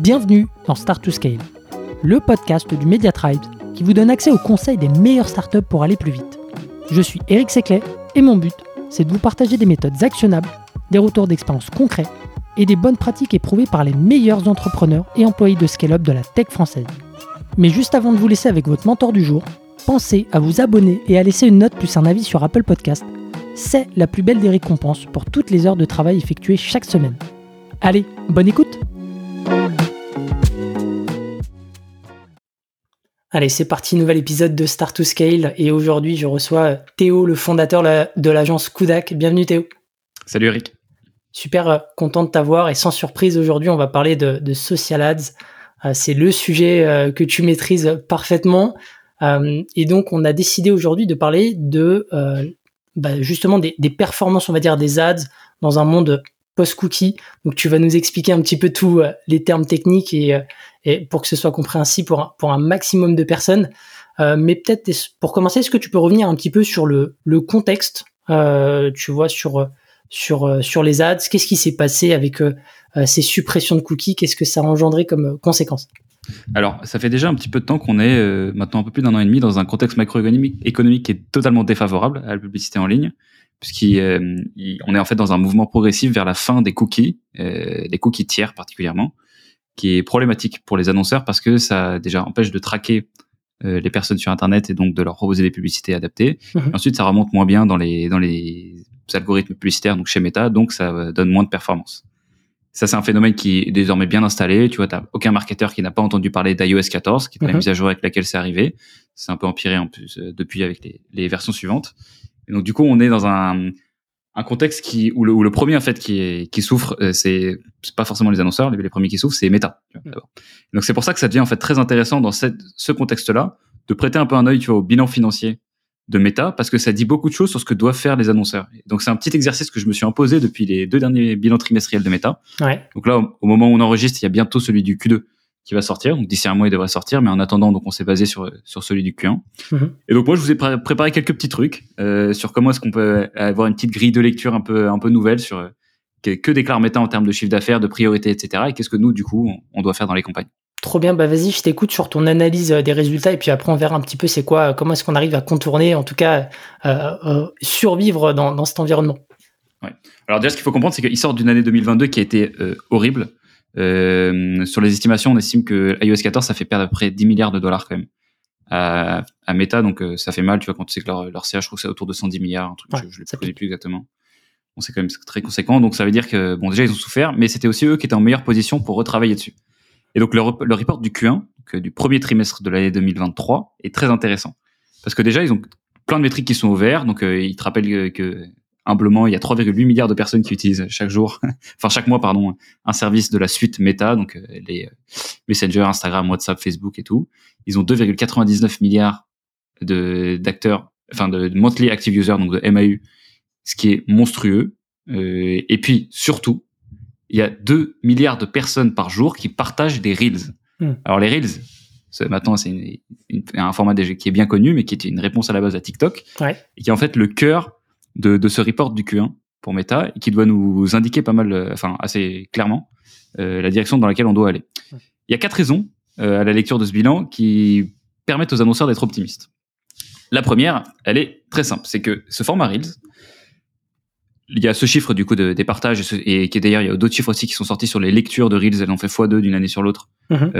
Bienvenue dans Start to Scale, le podcast du Mediatribe qui vous donne accès aux conseils des meilleures startups pour aller plus vite. Je suis Eric Seclet et mon but, c'est de vous partager des méthodes actionnables, des retours d'expérience concrets et des bonnes pratiques éprouvées par les meilleurs entrepreneurs et employés de scale-up de la tech française. Mais juste avant de vous laisser avec votre mentor du jour, pensez à vous abonner et à laisser une note plus un avis sur Apple Podcast. C'est la plus belle des récompenses pour toutes les heures de travail effectuées chaque semaine. Allez, bonne écoute! Allez, c'est parti, nouvel épisode de Start to Scale. Et aujourd'hui, je reçois Théo, le fondateur de l'agence Kudak. Bienvenue Théo. Salut Eric. Super content de t'avoir. Et sans surprise, aujourd'hui, on va parler de social ads. C'est le sujet que tu maîtrises parfaitement. Et donc, on a décidé aujourd'hui de parler de justement des performances, on va dire, des ads dans un monde post-cookie. Donc, tu vas nous expliquer un petit peu tous les termes techniques et pour que ce soit compréhensible pour un maximum de personnes. Mais peut-être, pour commencer, est-ce que tu peux revenir un petit peu sur le contexte, tu vois, sur les ads? Qu'est-ce qui s'est passé avec ces suppressions de cookies? Qu'est-ce que ça a engendré comme conséquence? Alors, ça fait déjà un petit peu de temps qu'on est, maintenant un peu plus d'1 an et demi, dans un contexte macroéconomique qui est totalement défavorable à la publicité en ligne, puisqu'on est en fait dans un mouvement progressif vers la fin des cookies tiers particulièrement, qui est problématique pour les annonceurs parce que ça déjà empêche de traquer les personnes sur Internet et donc de leur proposer des publicités adaptées. Et ensuite, ça remonte moins bien dans les algorithmes publicitaires, donc chez Meta, donc ça donne moins de performance. Ça, c'est un phénomène qui est désormais bien installé. Tu vois, t'as aucun marketeur qui n'a pas entendu parler d'iOS 14, qui est la mise à jour avec laquelle c'est arrivé. C'est un peu empiré en plus depuis avec les versions suivantes. Et donc, du coup, on est dans un contexte où le premier en fait qui souffre, c'est pas forcément les annonceurs, les premiers qui souffrent, c'est Meta. Tu vois, d'abord. Donc, c'est pour ça que ça devient en fait très intéressant dans ce contexte-là de prêter un peu un œil, tu vois, au bilan financier de Meta, parce que ça dit beaucoup de choses sur ce que doivent faire les annonceurs. Donc, c'est un petit exercice que je me suis imposé depuis les 2 derniers bilans trimestriels de Meta. Ouais. Donc là, au moment où on enregistre, il y a bientôt celui du Q2 qui va sortir. Donc, d'ici un mois, il devrait sortir. Mais en attendant, donc, on s'est basé sur celui du Q1. Et donc, moi, je vous ai préparé quelques petits trucs, sur comment est-ce qu'on peut avoir une petite grille de lecture un peu nouvelle sur que déclare Meta en termes de chiffre d'affaires, de priorité, etc. Et qu'est-ce que nous, du coup, on doit faire dans les campagnes. Trop bien, vas-y, je t'écoute sur ton analyse des résultats et puis après on verra un petit peu comment est-ce qu'on arrive à contourner, en tout cas survivre dans cet environnement. Ouais. Alors déjà, ce qu'il faut comprendre, c'est qu'ils sortent d'une année 2022 qui a été horrible. Sur les estimations, on estime que iOS 14, ça fait perdre à peu près $10 milliards quand même à Meta, donc ça fait mal, tu vois, quand tu sais que leur CA, je trouve que c'est autour de 110 milliards, un truc, ouais, je ne connais plus exactement. Bon, c'est quand même très conséquent, donc ça veut dire que, bon, déjà, ils ont souffert, mais c'était aussi eux qui étaient en meilleure position pour retravailler dessus. Et donc, le report du Q1, du premier trimestre de l'année 2023, est très intéressant. Parce que déjà, ils ont plein de métriques qui sont ouvertes. Donc, ils te rappellent que humblement, il y a 3,8 milliards de personnes qui utilisent chaque mois, un service de la suite Meta. Donc, les Messenger, Instagram, WhatsApp, Facebook et tout. Ils ont 2,99 milliards d'acteurs, de monthly active users, donc de MAU, ce qui est monstrueux. Et puis, surtout, il y a 2 milliards de personnes par jour qui partagent des Reels. Alors les Reels, maintenant c'est un format qui est bien connu, mais qui est une réponse à la base à TikTok, ouais, et qui est en fait le cœur de ce report du Q1 pour Meta, et qui doit nous indiquer pas mal, assez clairement, la direction dans laquelle on doit aller. Ouais. Il y a 4 raisons à la lecture de ce bilan qui permettent aux annonceurs d'être optimistes. La première, elle est très simple, c'est que ce format Reels, il y a ce chiffre du coup des partages et qui est d'ailleurs, il y a d'autres chiffres aussi qui sont sortis sur les lectures de Reels, elles ont fait x2 d'une année sur l'autre,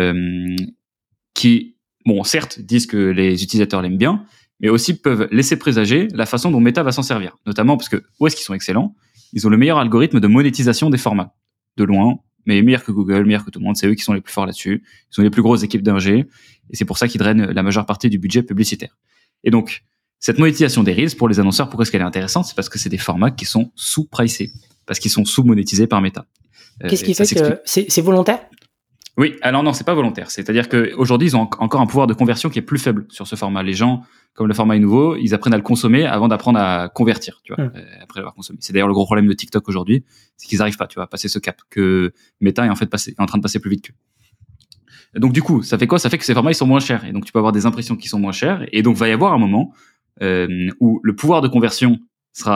qui, bon, certes disent que les utilisateurs l'aiment bien, mais aussi peuvent laisser présager la façon dont Meta va s'en servir, notamment parce que où est-ce qu'ils sont excellents, ils ont le meilleur algorithme de monétisation des formats, de loin, mais meilleur que Google, meilleur que tout le monde, c'est eux qui sont les plus forts là-dessus, ils ont les plus grosses équipes d'ingé, et c'est pour ça qu'ils drainent la majeure partie du budget publicitaire. Et donc, cette monétisation des Reels, pour les annonceurs, pourquoi est-ce qu'elle est intéressante? C'est parce que c'est des formats qui sont sous-pricés, parce qu'ils sont sous-monétisés par Meta. Qu'est-ce qui fait que c'est volontaire? Oui, alors non, c'est pas volontaire. C'est-à-dire qu'aujourd'hui, ils ont encore un pouvoir de conversion qui est plus faible sur ce format. Les gens, comme le format est nouveau, ils apprennent à le consommer avant d'apprendre à convertir, tu vois, après avoir consommé. C'est d'ailleurs le gros problème de TikTok aujourd'hui, c'est qu'ils n'arrivent pas, tu vois, à passer ce cap, que Meta est en fait en train de passer plus vite qu'eux. Donc du coup, ça fait quoi? Ça fait que ces formats, ils sont moins chers. Et donc tu peux avoir des impressions qui sont moins chères. Et donc va y avoir un moment où le pouvoir de conversion sera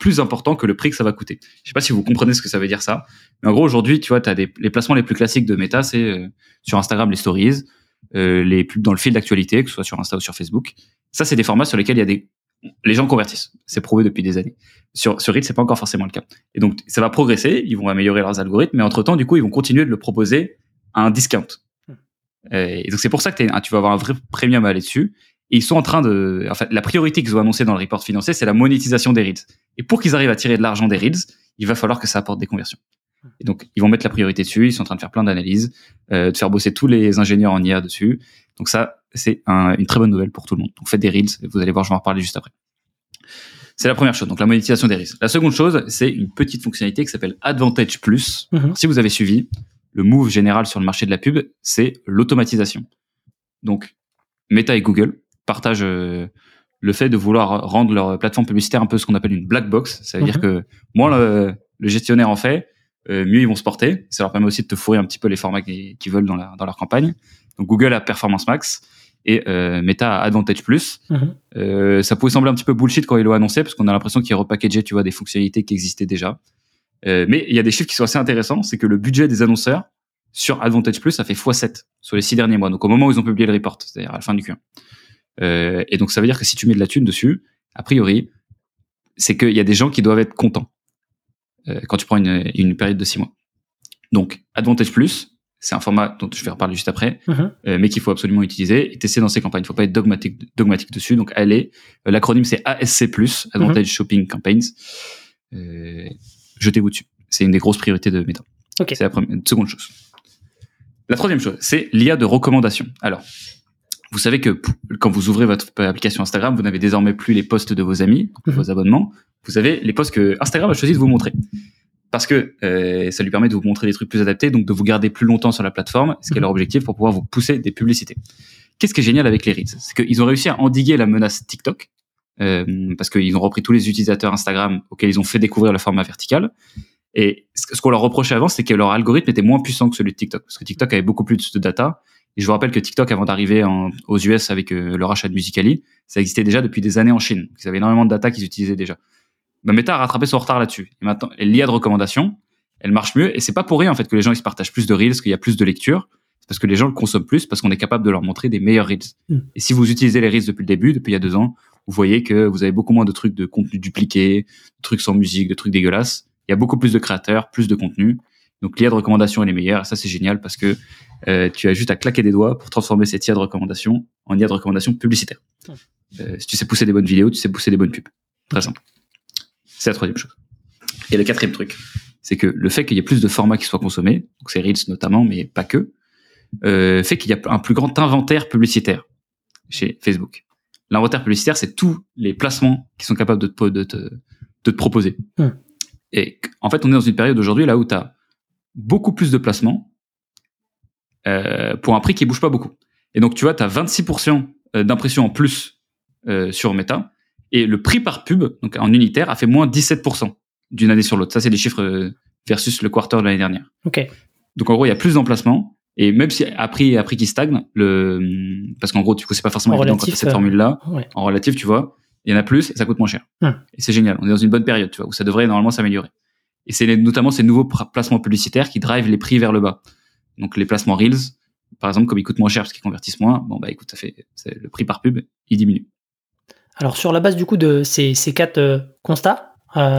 plus important que le prix que ça va coûter. Je sais pas si vous comprenez ce que ça veut dire ça, mais en gros aujourd'hui, tu vois, les placements les plus classiques de Meta, c'est sur Instagram les stories, les pubs dans le fil d'actualité, que ce soit sur Insta ou sur Facebook. Ça, c'est des formats sur lesquels les gens convertissent. C'est prouvé depuis des années. Sur Reels, c'est pas encore forcément le cas. Et donc, ça va progresser, ils vont améliorer leurs algorithmes, mais entre-temps, du coup, ils vont continuer de le proposer à un discount. Et donc, c'est pour ça que tu vas avoir un vrai premium à aller dessus. Et ils sont en train la priorité qu'ils ont annoncée dans le report financier, c'est la monétisation des Reels. Et pour qu'ils arrivent à tirer de l'argent des Reels, il va falloir que ça apporte des conversions. Et donc, ils vont mettre la priorité dessus, ils sont en train de faire plein d'analyses, de faire bosser tous les ingénieurs en IA dessus. Donc ça, c'est une très bonne nouvelle pour tout le monde. Donc faites des Reels, vous allez voir, je vais en reparler juste après. C'est la première chose, donc la monétisation des Reels. La seconde chose, c'est une petite fonctionnalité qui s'appelle Advantage Plus. Si vous avez suivi, le move général sur le marché de la pub, c'est l'automatisation. Donc, Meta et Google partagent le fait de vouloir rendre leur plateforme publicitaire un peu ce qu'on appelle une black box. Ça veut dire que moins le gestionnaire en fait, mieux ils vont se porter. Ça leur permet aussi de te fourrer un petit peu les formats qu'ils veulent dans leur campagne. Donc Google a Performance Max et Meta a Advantage Plus. Ça pouvait sembler un petit peu bullshit quand ils l'ont annoncé parce qu'on a l'impression qu'ils repackageaient, tu vois, des fonctionnalités qui existaient déjà. Mais il y a des chiffres qui sont assez intéressants. C'est que le budget des annonceurs sur Advantage Plus, ça fait x7 sur les 6 derniers mois. Donc au moment où ils ont publié le report, c'est-à-dire à la fin du Q1. Et donc ça veut dire que si tu mets de la thune dessus, a priori, c'est qu'il y a des gens qui doivent être contents quand tu prends une période de 6 mois. Donc Advantage Plus, c'est un format dont je vais reparler juste après, mais qu'il faut absolument utiliser et tester dans ses campagnes. Il ne faut pas être dogmatique dessus. Donc l'acronyme c'est ASC+, Advantage Shopping Campaigns. Jetez-vous dessus. C'est une des grosses priorités de Meta. Okay. C'est la seconde chose. La troisième chose, c'est l'IA de recommandation. Alors, vous savez que quand vous ouvrez votre application Instagram, vous n'avez désormais plus les posts de vos amis, vos abonnements. Vous avez les posts que Instagram a choisi de vous montrer. Parce que ça lui permet de vous montrer des trucs plus adaptés, donc de vous garder plus longtemps sur la plateforme, ce qui est leur objectif pour pouvoir vous pousser des publicités. Qu'est-ce qui est génial avec les Reels ? C'est qu'ils ont réussi à endiguer la menace TikTok, parce qu'ils ont repris tous les utilisateurs Instagram auxquels ils ont fait découvrir le format vertical. Et ce qu'on leur reprochait avant, c'est que leur algorithme était moins puissant que celui de TikTok, parce que TikTok avait beaucoup plus de data. Et je vous rappelle que TikTok, avant d'arriver aux US avec le rachat de Musical.ly, ça existait déjà depuis des années en Chine. Ils avaient énormément de data qu'ils utilisaient déjà. Meta a rattrapé son retard là-dessus. Et maintenant, l'IA de recommandation, elle marche mieux. Et c'est pas pour rien, en fait, que les gens, ils se partagent plus de Reels, qu'il y a plus de lectures. C'est parce que les gens le consomment plus, parce qu'on est capable de leur montrer des meilleurs Reels. Et si vous utilisez les Reels depuis le début, depuis il y a 2 ans, vous voyez que vous avez beaucoup moins de trucs de contenu dupliqué, de trucs sans musique, de trucs dégueulasses. Il y a beaucoup plus de créateurs, plus de contenu. Donc l'IA de recommandation, elle est meilleure. Et ça, c'est génial parce que tu as juste à claquer des doigts pour transformer cette IA de recommandation en IA de recommandation publicitaire. Si tu sais pousser des bonnes vidéos, tu sais pousser des bonnes pubs. Très simple. C'est la troisième chose. Et le quatrième truc, c'est que le fait qu'il y ait plus de formats qui soient consommés, donc c'est Reels notamment, mais pas que, fait qu'il y a un plus grand inventaire publicitaire chez Facebook. L'inventaire publicitaire, c'est tous les placements qui sont capables de te proposer. Et en fait, on est dans une période aujourd'hui là où tu as beaucoup plus de placements pour un prix qui bouge pas beaucoup. Et donc, tu vois, tu as 26% d'impressions en plus sur Meta, et le prix par pub, donc en unitaire, a fait moins 17% d'une année sur l'autre. Ça, c'est des chiffres versus le quarter de l'année dernière. Okay. Donc, en gros, il y a plus d'emplacements, et même si à prix qui stagne, parce qu'en gros, du coup, c'est pas forcément évident quand tu as cette formule-là. En relatif, tu vois, il y en a plus et ça coûte moins cher. Et c'est génial. On est dans une bonne période, tu vois, où ça devrait normalement s'améliorer. Et c'est notamment ces nouveaux placements publicitaires qui drivent les prix vers le bas. Donc, les placements Reels, par exemple, comme ils coûtent moins cher parce qu'ils convertissent moins, bon, bah, écoute, le prix par pub, il diminue. Alors, sur la base, du coup, de ces 4 constats,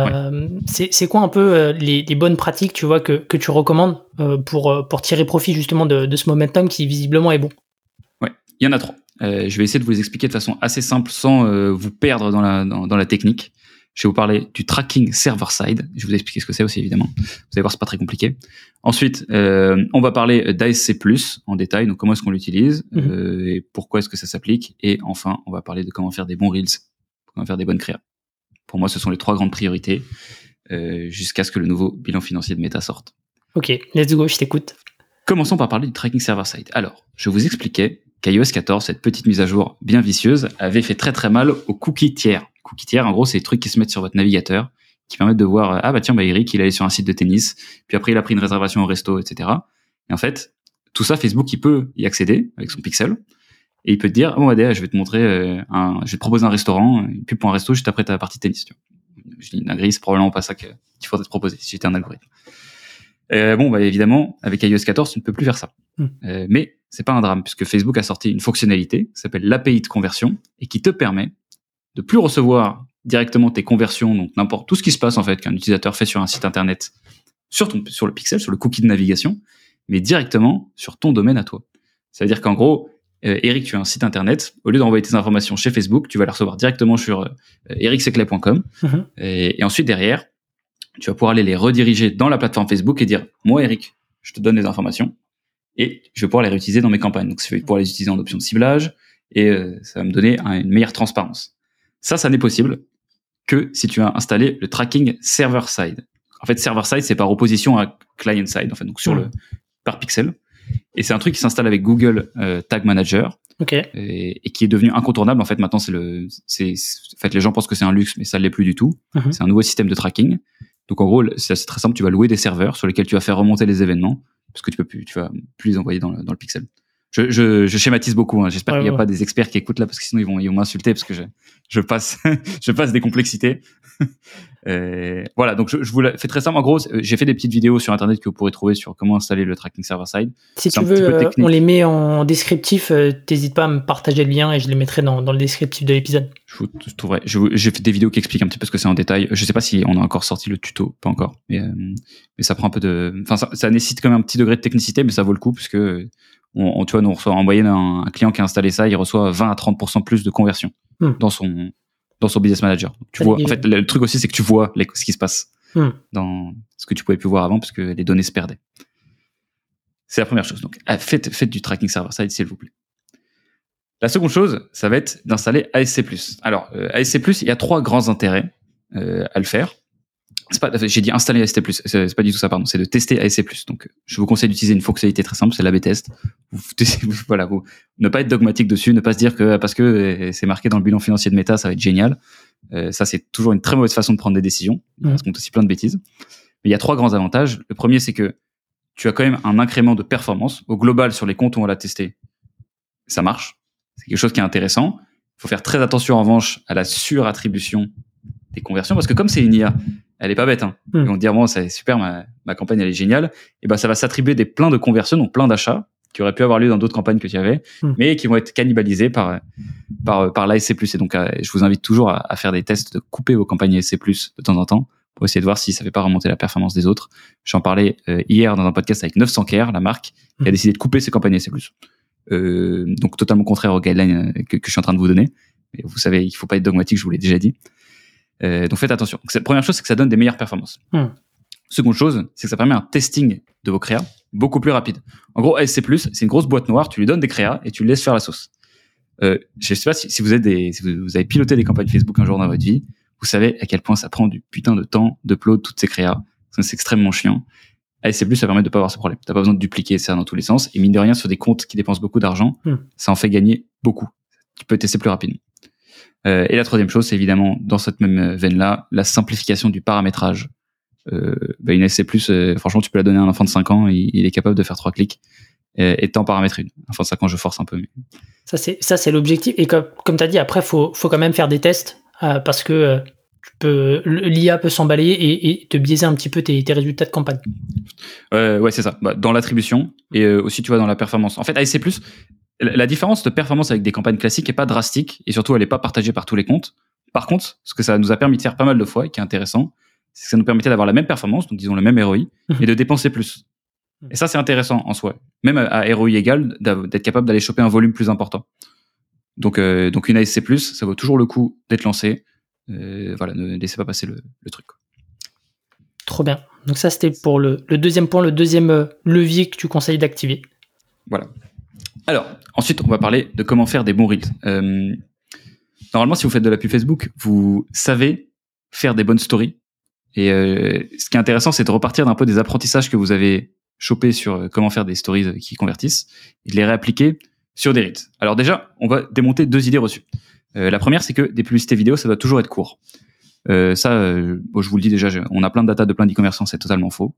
c'est quoi un peu les bonnes pratiques, tu vois, que tu recommandes pour tirer profit, justement, de ce momentum qui, visiblement, est bon? Ouais, il y en a 3. Je vais essayer de vous les expliquer de façon assez simple sans vous perdre dans la technique. Je vais vous parler du tracking server-side. Je vais vous expliquer ce que c'est aussi, évidemment. Vous allez voir, c'est pas très compliqué. Ensuite, on va parler d'ASC+, en détail. Donc, comment est-ce qu'on l'utilise et pourquoi est-ce que ça s'applique. Et enfin, on va parler de comment faire des bons Reels, comment faire des bonnes créas. Pour moi, ce sont les 3 grandes priorités jusqu'à ce que le nouveau bilan financier de Meta sorte. Ok, let's go, je t'écoute. Commençons par parler du tracking server-side. Alors, je vous expliquais qu'iOS 14, cette petite mise à jour bien vicieuse, avait fait très très mal aux cookies tiers. Cookies tiers, en gros, c'est des trucs qui se mettent sur votre navigateur, qui permettent de voir, ah bah tiens, bah Eric, il est allé sur un site de tennis, puis après il a pris une réservation au resto, etc. Et en fait, tout ça, Facebook, il peut y accéder avec son pixel, et il peut te dire, oh, Adèle, je vais te montrer je vais te proposer un restaurant, une pub pour un resto juste après ta partie de tennis, tu vois. je dis une dinguerie, c'est probablement pas ça qu'il faudrait te proposer si j'étais un algorithme. Évidemment, avec iOS 14, tu ne peux plus faire ça. Mais c'est pas un drame, puisque Facebook a sorti une fonctionnalité qui s'appelle l'API de conversion et qui te permet de plus recevoir directement tes conversions, donc n'importe tout ce qui se passe en fait qu'un utilisateur fait sur un site internet, sur le pixel, sur le cookie de navigation, mais directement sur ton domaine à toi. C'est-à-dire qu'en gros, Eric, tu as un site internet, au lieu d'envoyer tes informations chez Facebook, tu vas les recevoir directement sur ericseclet.com et ensuite derrière, tu vas pouvoir aller les rediriger dans la plateforme Facebook et dire, moi Eric, je te donne les informations et je vais pouvoir les réutiliser dans mes campagnes. Donc je vais pouvoir les utiliser en option de ciblage et ça va me donner une meilleure transparence. Ça n'est possible que si tu as installé le tracking server-side. En fait, server-side, c'est par opposition à client-side, en fait, donc par pixel. Et c'est un truc qui s'installe avec Google Tag Manager et qui est devenu incontournable. En fait, maintenant, en fait, les gens pensent que c'est un luxe, mais ça l'est plus du tout. C'est un nouveau système de tracking. Donc, en gros, c'est très simple. Tu vas louer des serveurs sur lesquels tu vas faire remonter les événements parce que tu vas plus les envoyer dans le pixel. Je schématise beaucoup. Hein. J'espère qu'il n'y a pas des experts qui écoutent là parce que sinon ils vont m'insulter parce que je passe des complexités. Voilà, donc je vous la fais très simple. En gros, j'ai fait des petites vidéos sur internet que vous pourrez trouver sur comment installer le tracking server-side. Si tu veux, on les met en descriptif. T'hésites pas à me partager le lien et je les mettrai dans le descriptif de l'épisode. Je trouverai. J'ai fait des vidéos qui expliquent un petit peu ce que c'est en détail. Je sais pas si on a encore sorti le tuto, pas encore, mais ça prend un peu de. Enfin, ça nécessite quand même un petit degré de technicité, mais ça vaut le coup puisque tu vois, nous on reçoit en moyenne un client qui a installé ça, il reçoit 20 à 30% plus de conversion dans son business manager. Tu vois, en fait, le truc aussi, c'est que tu vois ce qui se passe dans ce que tu pouvais plus voir avant parce que les données se perdaient. C'est la première chose. Donc, faites du tracking server-side, s'il vous plaît. La seconde chose, ça va être d'installer ASC+. Alors, ASC+, il y a 3 grands intérêts à le faire. J'ai dit installer ASC+, c'est pas du tout ça, pardon. C'est de tester ASC+. Donc, je vous conseille d'utiliser une fonctionnalité très simple, c'est l'A/B test. Voilà, ne pas être dogmatique dessus, ne pas se dire que parce que c'est marqué dans le bilan financier de Meta, ça va être génial. Ça, c'est toujours une très mauvaise façon de prendre des décisions. Ça se compte aussi plein de bêtises. Mais il y a 3 grands avantages. Le premier, c'est que tu as quand même un incrément de performance. Au global, sur les comptes où on l'a testé, ça marche. C'est quelque chose qui est intéressant. Il faut faire très attention, en revanche, à la surattribution des conversions, parce que comme c'est une IA, elle est pas bête, hein. Ils vont dire, bon, c'est super, ma campagne, elle est géniale. Et ben, ça va s'attribuer plein de conversions, donc plein d'achats, qui auraient pu avoir lieu dans d'autres campagnes que tu avais, mais qui vont être cannibalisés par l'ASC+. Et donc, je vous invite toujours à faire des tests de couper vos campagnes ASC+, de temps en temps, pour essayer de voir si ça fait pas remonter la performance des autres. J'en parlais hier dans un podcast avec 900Care, la marque, qui a décidé de couper ses campagnes ASC+. Donc totalement contraire aux guidelines que je suis en train de vous donner. Mais vous savez, il faut pas être dogmatique, je vous l'ai déjà dit. Donc faites attention. Donc, la première chose, c'est que ça donne des meilleures performances. Seconde chose, c'est que ça permet un testing de vos créas beaucoup plus rapide. En gros, ASC+, c'est une grosse boîte noire, tu lui donnes des créas et tu le laisses faire la sauce. Je sais pas si vous avez piloté des campagnes Facebook un jour dans votre vie, vous savez à quel point ça prend du putain de temps d'upload toutes ces créas. C'est extrêmement chiant. ASC+, ça permet de pas avoir ce problème. T'as pas besoin de dupliquer ça dans tous les sens. Et mine de rien, sur des comptes qui dépensent beaucoup d'argent, ça en fait gagner beaucoup. Tu peux tester plus rapidement. Et la troisième chose, c'est évidemment, dans cette même veine-là, la simplification du paramétrage. Une ASC+, franchement, tu peux la donner à un enfant de 5 ans, il est capable de faire 3 clics et t'en paramètres une. Un enfant de 5 ans, je force un peu. Mais... Ça, c'est l'objectif. Et comme t'as dit, après, faut quand même faire des tests parce que l'IA peut s'emballer et te biaiser un petit peu tes résultats de campagne. Ouais, c'est ça. Dans l'attribution et aussi, tu vois, dans la performance. En fait, ASC+, la différence de performance avec des campagnes classiques est pas drastique et surtout, elle est pas partagée par tous les comptes. Par contre, ce que ça nous a permis de faire pas mal de fois et qui est intéressant, c'est que ça nous permettait d'avoir la même performance, donc disons le même ROI, et de dépenser plus. Et ça, c'est intéressant en soi. Même à ROI égal, d'être capable d'aller choper un volume plus important. Donc une ASC+, ça vaut toujours le coup d'être lancé. Voilà, ne laissez pas passer le truc. Trop bien. Donc ça, c'était pour le deuxième point, le deuxième levier que tu conseilles d'activer. Voilà. Alors, ensuite, on va parler de comment faire des bons reels. Normalement, si vous faites de la pub Facebook, vous savez faire des bonnes stories. Et ce qui est intéressant, c'est de repartir d'un peu des apprentissages que vous avez chopés sur comment faire des stories qui convertissent et de les réappliquer sur des reels. Alors déjà, on va démonter 2 idées reçues. La première, c'est que des publicités vidéo, ça doit toujours être court. Je vous le dis déjà, on a plein de data de plein d'e-commerçants, c'est totalement faux.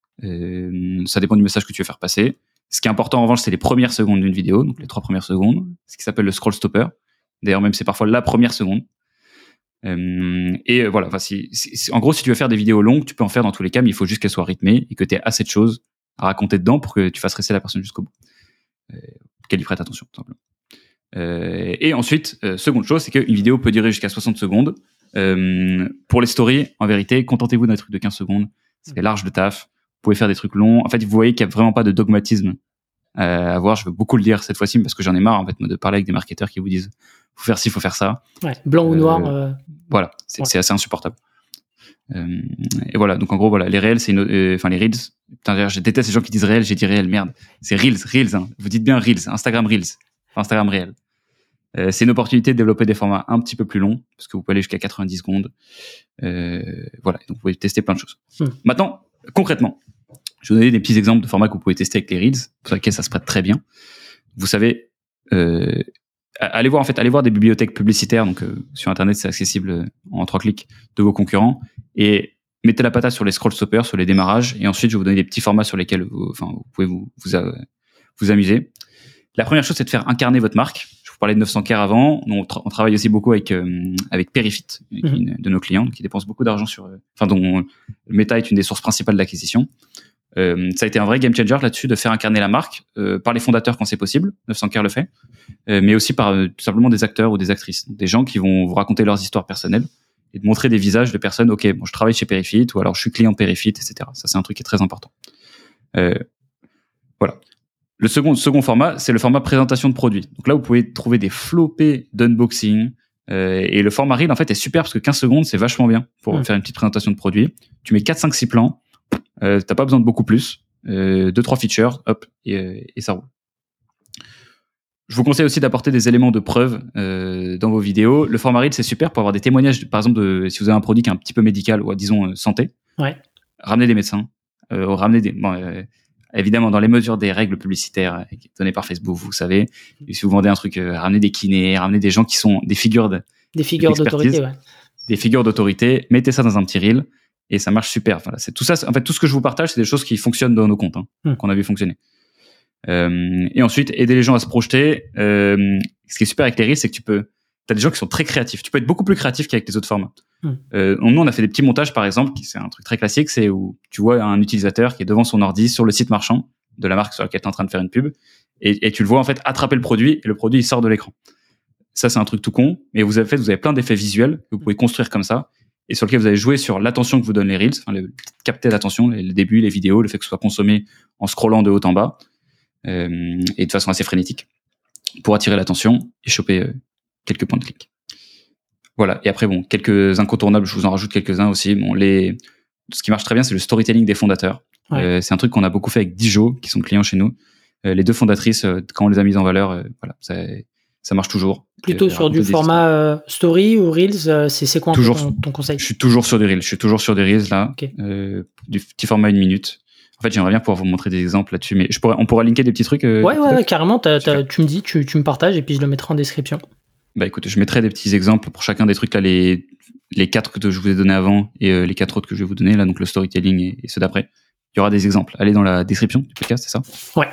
Ça dépend du message que tu veux faire passer. Ce qui est important en revanche, c'est les premières secondes d'une vidéo, donc les 3 premières secondes, ce qui s'appelle le scroll stopper. D'ailleurs, même c'est parfois la première seconde. Et voilà. Enfin, en gros, si tu veux faire des vidéos longues, tu peux en faire dans tous les cas, mais il faut juste qu'elles soient rythmées et que tu aies assez de choses à raconter dedans pour que tu fasses rester la personne jusqu'au bout, qu'elle y prête attention, tout simplement. Et ensuite, seconde chose, c'est qu'une vidéo peut durer jusqu'à 60 secondes. Pour les stories, en vérité, contentez-vous d'un truc de 15 secondes. Ça fait large le taf. Vous pouvez faire des trucs longs. En fait, vous voyez qu'il n'y a vraiment pas de dogmatisme à voir. Je veux beaucoup le dire cette fois-ci parce que j'en ai marre en fait de parler avec des marketeurs qui vous disent faut faire ci, faut faire ça. Ouais, blanc ou noir. Voilà, c'est assez insupportable. Et voilà, donc en gros voilà, les réels, c'est les reels. Putain, je déteste les gens qui disent réels, j'ai dit réels, merde. C'est reels. Hein. Vous dites bien reels, Instagram reels, Instagram réel. C'est une opportunité de développer des formats un petit peu plus longs parce que vous pouvez aller jusqu'à 90 secondes. Voilà, donc vous pouvez tester plein de choses. Maintenant, concrètement, je vais vous donner des petits exemples de formats que vous pouvez tester avec les reels, pour lesquels ça se prête très bien. Vous savez, allez voir des bibliothèques publicitaires. Donc sur Internet, c'est accessible en 3 clics de vos concurrents et mettez la patate sur les scroll stoppers, sur les démarrages, et ensuite je vais vous donner des petits formats sur lesquels vous pouvez vous amuser. La première chose, c'est de faire incarner votre marque. Je vous parlais de 900 Care avant. On travaille aussi beaucoup avec Perifit, une de nos clients, qui dépense beaucoup d'argent dont Meta est une des sources principales d'acquisition. Ça a été un vrai game changer là-dessus de faire incarner la marque par les fondateurs quand c'est possible. 900 Care le fait, mais aussi par tout simplement des acteurs ou des actrices, des gens qui vont vous raconter leurs histoires personnelles et de montrer des visages de personnes. Ok, bon, je travaille chez Perifit ou alors je suis client Perifit, etc. Ça, c'est un truc qui est très important. Voilà. Le second format, c'est le format présentation de produits. Donc là, vous pouvez trouver des flopées d'unboxing. Et le format reel, en fait, est super parce que 15 secondes, c'est vachement bien pour faire une petite présentation de produit. Tu mets 4, 5, 6 plans. T'as pas besoin de beaucoup plus. 2, 3 features, hop, et ça roule. Je vous conseille aussi d'apporter des éléments de preuve dans vos vidéos. Le format reel, c'est super pour avoir des témoignages, par exemple, si vous avez un produit qui est un petit peu médical ou, disons, santé. Ouais. Ramenez des médecins. Évidemment, dans les mesures des règles publicitaires données par Facebook, vous savez, si vous vendez un truc, ramenez des kinés, ramenez des gens qui sont des figures d'autorité, ouais. Des figures d'autorité, mettez ça dans un petit reel et ça marche super. Voilà, c'est tout ça. En fait, tout ce que je vous partage, c'est des choses qui fonctionnent dans nos comptes, qu'on a vu fonctionner. Et ensuite, aider les gens à se projeter. Ce qui est super avec les reels, c'est que t'as des gens qui sont très créatifs. Tu peux être beaucoup plus créatif qu'avec les autres formats. Nous, on a fait des petits montages, par exemple, c'est un truc très classique, c'est où tu vois un utilisateur qui est devant son ordi sur le site marchand de la marque sur laquelle tu es en train de faire une pub, et tu le vois en fait attraper le produit, et le produit il sort de l'écran. Ça, c'est un truc tout con, mais vous avez plein d'effets visuels que vous pouvez construire comme ça, et sur lequel vous allez jouer sur l'attention que vous donnent les reels, capter l'attention, le début, les vidéos, le fait que ce soit consommé en scrollant de haut en bas, et de façon assez frénétique, pour attirer l'attention et choper quelques points de clic. Voilà. Et après, quelques incontournables, je vous en rajoute quelques-uns aussi. Ce qui marche très bien, c'est le storytelling des fondateurs. Ouais. C'est un truc qu'on a beaucoup fait avec Dijo, qui sont clients chez nous. Les 2 fondatrices, quand on les a mises en valeur, ça marche toujours. Plutôt sur du format story ou reels, c'est quoi ton conseil? Je suis toujours sur des reels là. Okay. Du petit format 1 minute. En fait, j'aimerais bien pouvoir vous montrer des exemples là-dessus, mais on pourra linker des petits trucs. Ouais, carrément. Tu me dis, tu me partages et puis je le mettrai en description. Bah écoute, je mettrai des petits exemples pour chacun des trucs là, les 4 que je vous ai donnés avant et les 4 autres que je vais vous donner là, donc le storytelling et ceux d'après. Il y aura des exemples. Allez dans la description du podcast, c'est ça? Ouais.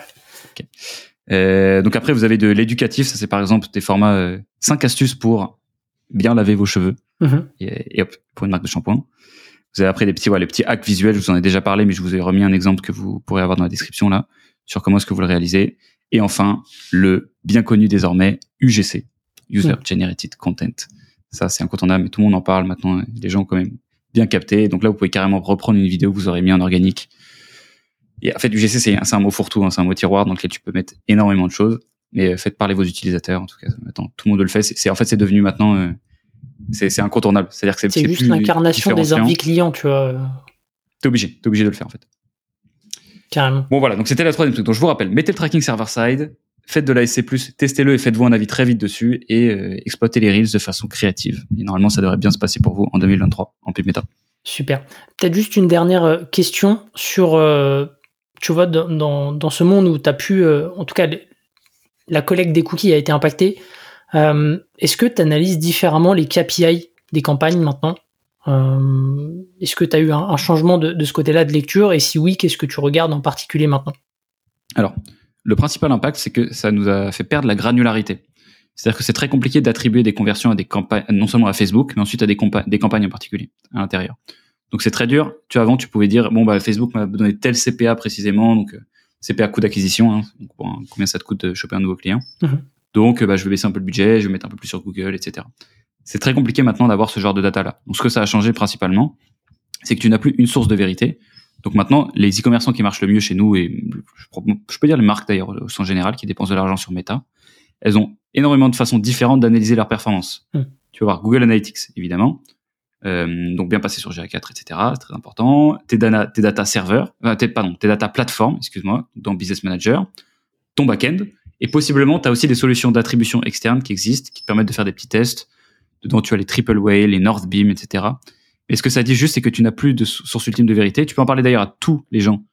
Okay. Donc après, vous avez de l'éducatif. Ça, c'est par exemple des formats 5 astuces pour bien laver vos cheveux. Et hop, pour une marque de shampoing. Vous avez après les petits hacks visuels. Je vous en ai déjà parlé, mais je vous ai remis un exemple que vous pourrez avoir dans la description là sur comment est-ce que vous le réalisez. Et enfin, le bien connu désormais UGC. User Generated Content. Ça, c'est incontournable, mais tout le monde en parle maintenant. Les gens ont quand même bien capté. Donc là, vous pouvez carrément reprendre une vidéo que vous aurez mis en organique. Et en fait, UGC, c'est un mot fourre-tout, c'est un mot tiroir dans lequel tu peux mettre énormément de choses. Mais faites parler vos utilisateurs. En tout cas, maintenant, tout le monde le fait. C'est devenu maintenant, c'est incontournable. C'est-à-dire que c'est juste l'incarnation des envies clients, tu vois. T'es obligé de le faire, en fait. Carrément. Bon, voilà. Donc, c'était la 3e truc. Donc, je vous rappelle, mettez le tracking server-side. Faites de l'ASC+, testez-le et faites-vous un avis très vite dessus et exploitez les reels de façon créative. Et normalement, ça devrait bien se passer pour vous en 2023 en pub méta. Super. Peut-être juste une dernière question sur, tu vois, dans ce monde où tu as pu, en tout cas, la collecte des cookies a été impactée. Est-ce que tu analyses différemment les KPI des campagnes maintenant? Est-ce que tu as eu un changement de ce côté-là de lecture? Et si oui, qu'est-ce que tu regardes en particulier maintenant? Alors, le principal impact, c'est que ça nous a fait perdre la granularité. C'est-à-dire que c'est très compliqué d'attribuer des conversions à des campagnes, non seulement à Facebook, mais ensuite à des campagnes en particulier à l'intérieur. Donc c'est très dur. Tu vois, avant, tu pouvais dire, bon, bah, Facebook m'a donné tel CPA précisément, donc CPA coût d'acquisition, hein, donc, combien ça te coûte de choper un nouveau client. Donc, bah, je vais baisser un peu le budget, je vais mettre un peu plus sur Google, etc. C'est très compliqué maintenant d'avoir ce genre de data-là. Donc, ce que ça a changé principalement, c'est que tu n'as plus une source de vérité. Donc maintenant, les e-commerçants qui marchent le mieux chez nous, et je peux dire les marques d'ailleurs au sens général, qui dépensent de l'argent sur Meta, elles ont énormément de façons différentes d'analyser leur performance. Tu vas voir Google Analytics, évidemment. Donc bien passer sur GA4, etc. C'est très important. Tes data serveurs, tes data plateformes, excuse-moi, dans Business Manager, ton back-end, et possiblement, tu as aussi des solutions d'attribution externe qui existent, qui te permettent de faire des petits tests. Dedans, tu as les Triple Whale, les Northbeam, etc. Et ce que ça dit juste, c'est que tu n'as plus de source ultime de vérité. Tu peux en parler d'ailleurs à tous les gens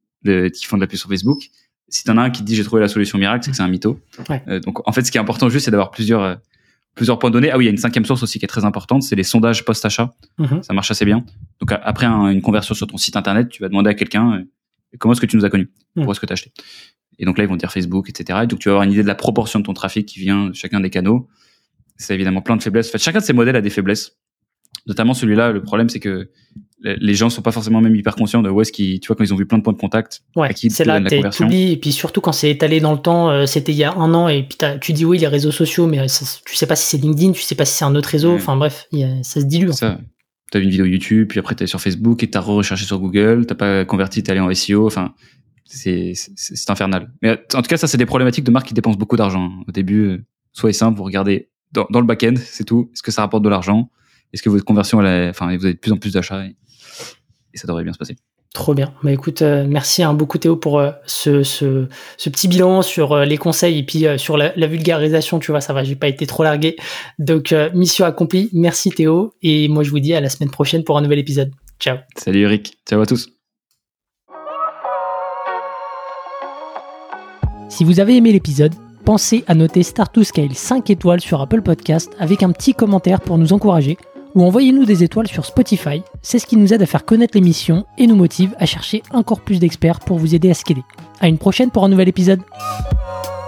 qui font de la pub sur Facebook. Si t'en as un qui te dit j'ai trouvé la solution miracle, c'est que c'est un mytho. Ouais. Donc en fait, ce qui est important juste, c'est d'avoir plusieurs points de données. Ah oui, il y a une cinquième source aussi qui est très importante, c'est les sondages post-achat. Ça marche assez bien. Donc après une conversion sur ton site internet, tu vas demander à quelqu'un comment est-ce que tu nous as connus, pourquoi est-ce que tu as acheté. Et donc là, ils vont dire Facebook, etc. Et donc tu vas avoir une idée de la proportion de ton trafic qui vient de chacun des canaux. C'est évidemment plein de faiblesses. En fait, chacun de ces modèles a des faiblesses. Notamment celui-là, le problème, c'est que les gens sont pas forcément même hyper conscients de où est-ce qu'ils, tu vois, quand ils ont vu plein de points de contact, à qui c'est là, t'oublies, et puis surtout quand c'est étalé dans le temps, c'était il y a 1 an, et puis tu dis oui, les réseaux sociaux, mais tu sais pas si c'est LinkedIn, tu sais pas si c'est un autre réseau, enfin bref, ça se dilue. Ça, t'as vu une vidéo YouTube, puis après t'es sur Facebook, et t'as recherché sur Google, t'as pas converti, t'es allé en SEO, enfin, c'est infernal. Mais en tout cas, ça, c'est des problématiques de marques qui dépensent beaucoup d'argent. Au début, soyez simple, vous regardez dans le back-end, c'est tout. Est-ce que ça rapporte de l'argent? Est-ce que votre conversion, vous avez de plus en plus d'achats et ça devrait bien se passer. Trop bien. Bah écoute, merci beaucoup Théo pour ce petit bilan sur les conseils et puis sur la vulgarisation. Tu vois, ça va, j'ai pas été trop largué. Donc mission accomplie. Merci Théo et moi je vous dis à la semaine prochaine pour un nouvel épisode. Ciao. Salut Eric. Ciao à tous. Si vous avez aimé l'épisode, pensez à noter Start to Scale 5 étoiles sur Apple Podcast avec un petit commentaire pour nous encourager. Ou envoyez-nous des étoiles sur Spotify, c'est ce qui nous aide à faire connaître l'émission et nous motive à chercher encore plus d'experts pour vous aider à scaler. À une prochaine pour un nouvel épisode.